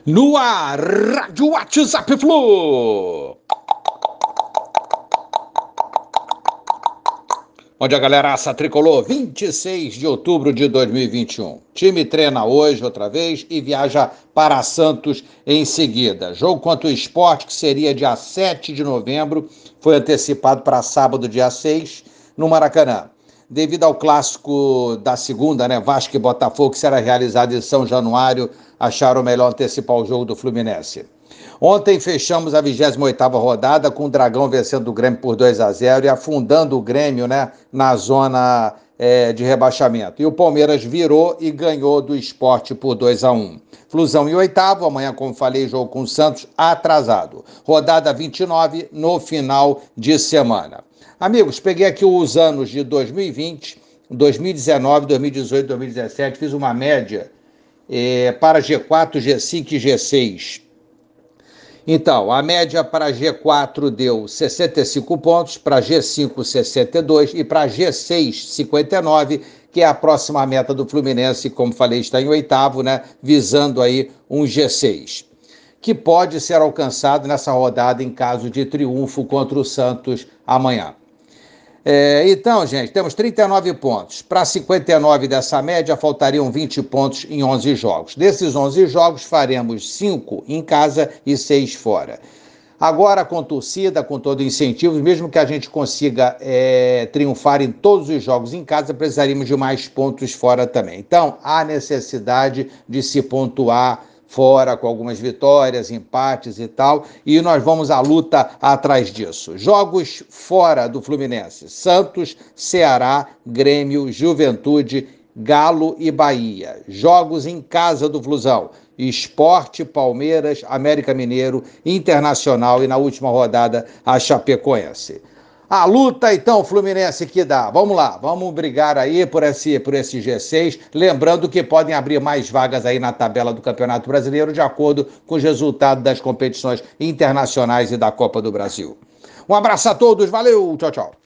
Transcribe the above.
No ar, Rádio WhatsApp Flu. Onde a galeraça tricolor, 26 de outubro de 2021. Time treina hoje outra vez e viaja para Santos em seguida. Jogo contra o Sport, que seria dia 7 de novembro, foi antecipado para sábado, dia 6, no Maracanã. Devido ao clássico da segunda, Vasco e Botafogo, que será realizado em São Januário, acharam melhor antecipar o jogo do Fluminense. Ontem fechamos a 28ª rodada com o Dragão vencendo o Grêmio por 2-0 e afundando o Grêmio, na zona de rebaixamento. E o Palmeiras virou e ganhou do Sport por 2-1. Flusão em oitavo, amanhã, como falei, jogo com o Santos atrasado. Rodada 29 no final de semana. Amigos, peguei aqui os anos de 2020, 2019, 2018, 2017, fiz uma média para G4, G5 e G6. Então, a média para G4 deu 65 pontos, para G5 62 e para G6 59, que é a próxima meta do Fluminense, como falei, está em oitavo, visando aí um G6, que pode ser alcançado nessa rodada em caso de triunfo contra o Santos amanhã. Então, gente, temos 39 pontos. Para 59 dessa média, faltariam 20 pontos em 11 jogos. Desses 11 jogos, faremos 5 em casa e 6 fora. Agora, com torcida, com todo incentivo, mesmo que a gente consiga triunfar em todos os jogos em casa, precisaríamos de mais pontos fora também. Então, há necessidade de se pontuar fora com algumas vitórias, empates e tal, e nós vamos à luta atrás disso. Jogos fora do Fluminense: Santos, Ceará, Grêmio, Juventude, Galo e Bahia. Jogos em casa do Flusão: Sport, Palmeiras, América Mineiro, Internacional e na última rodada a Chapecoense. A luta, então, Fluminense, que dá. Vamos lá, vamos brigar aí por esse G6. Lembrando que podem abrir mais vagas aí na tabela do Campeonato Brasileiro, de acordo com os resultados das competições internacionais e da Copa do Brasil. Um abraço a todos, valeu, tchau, tchau.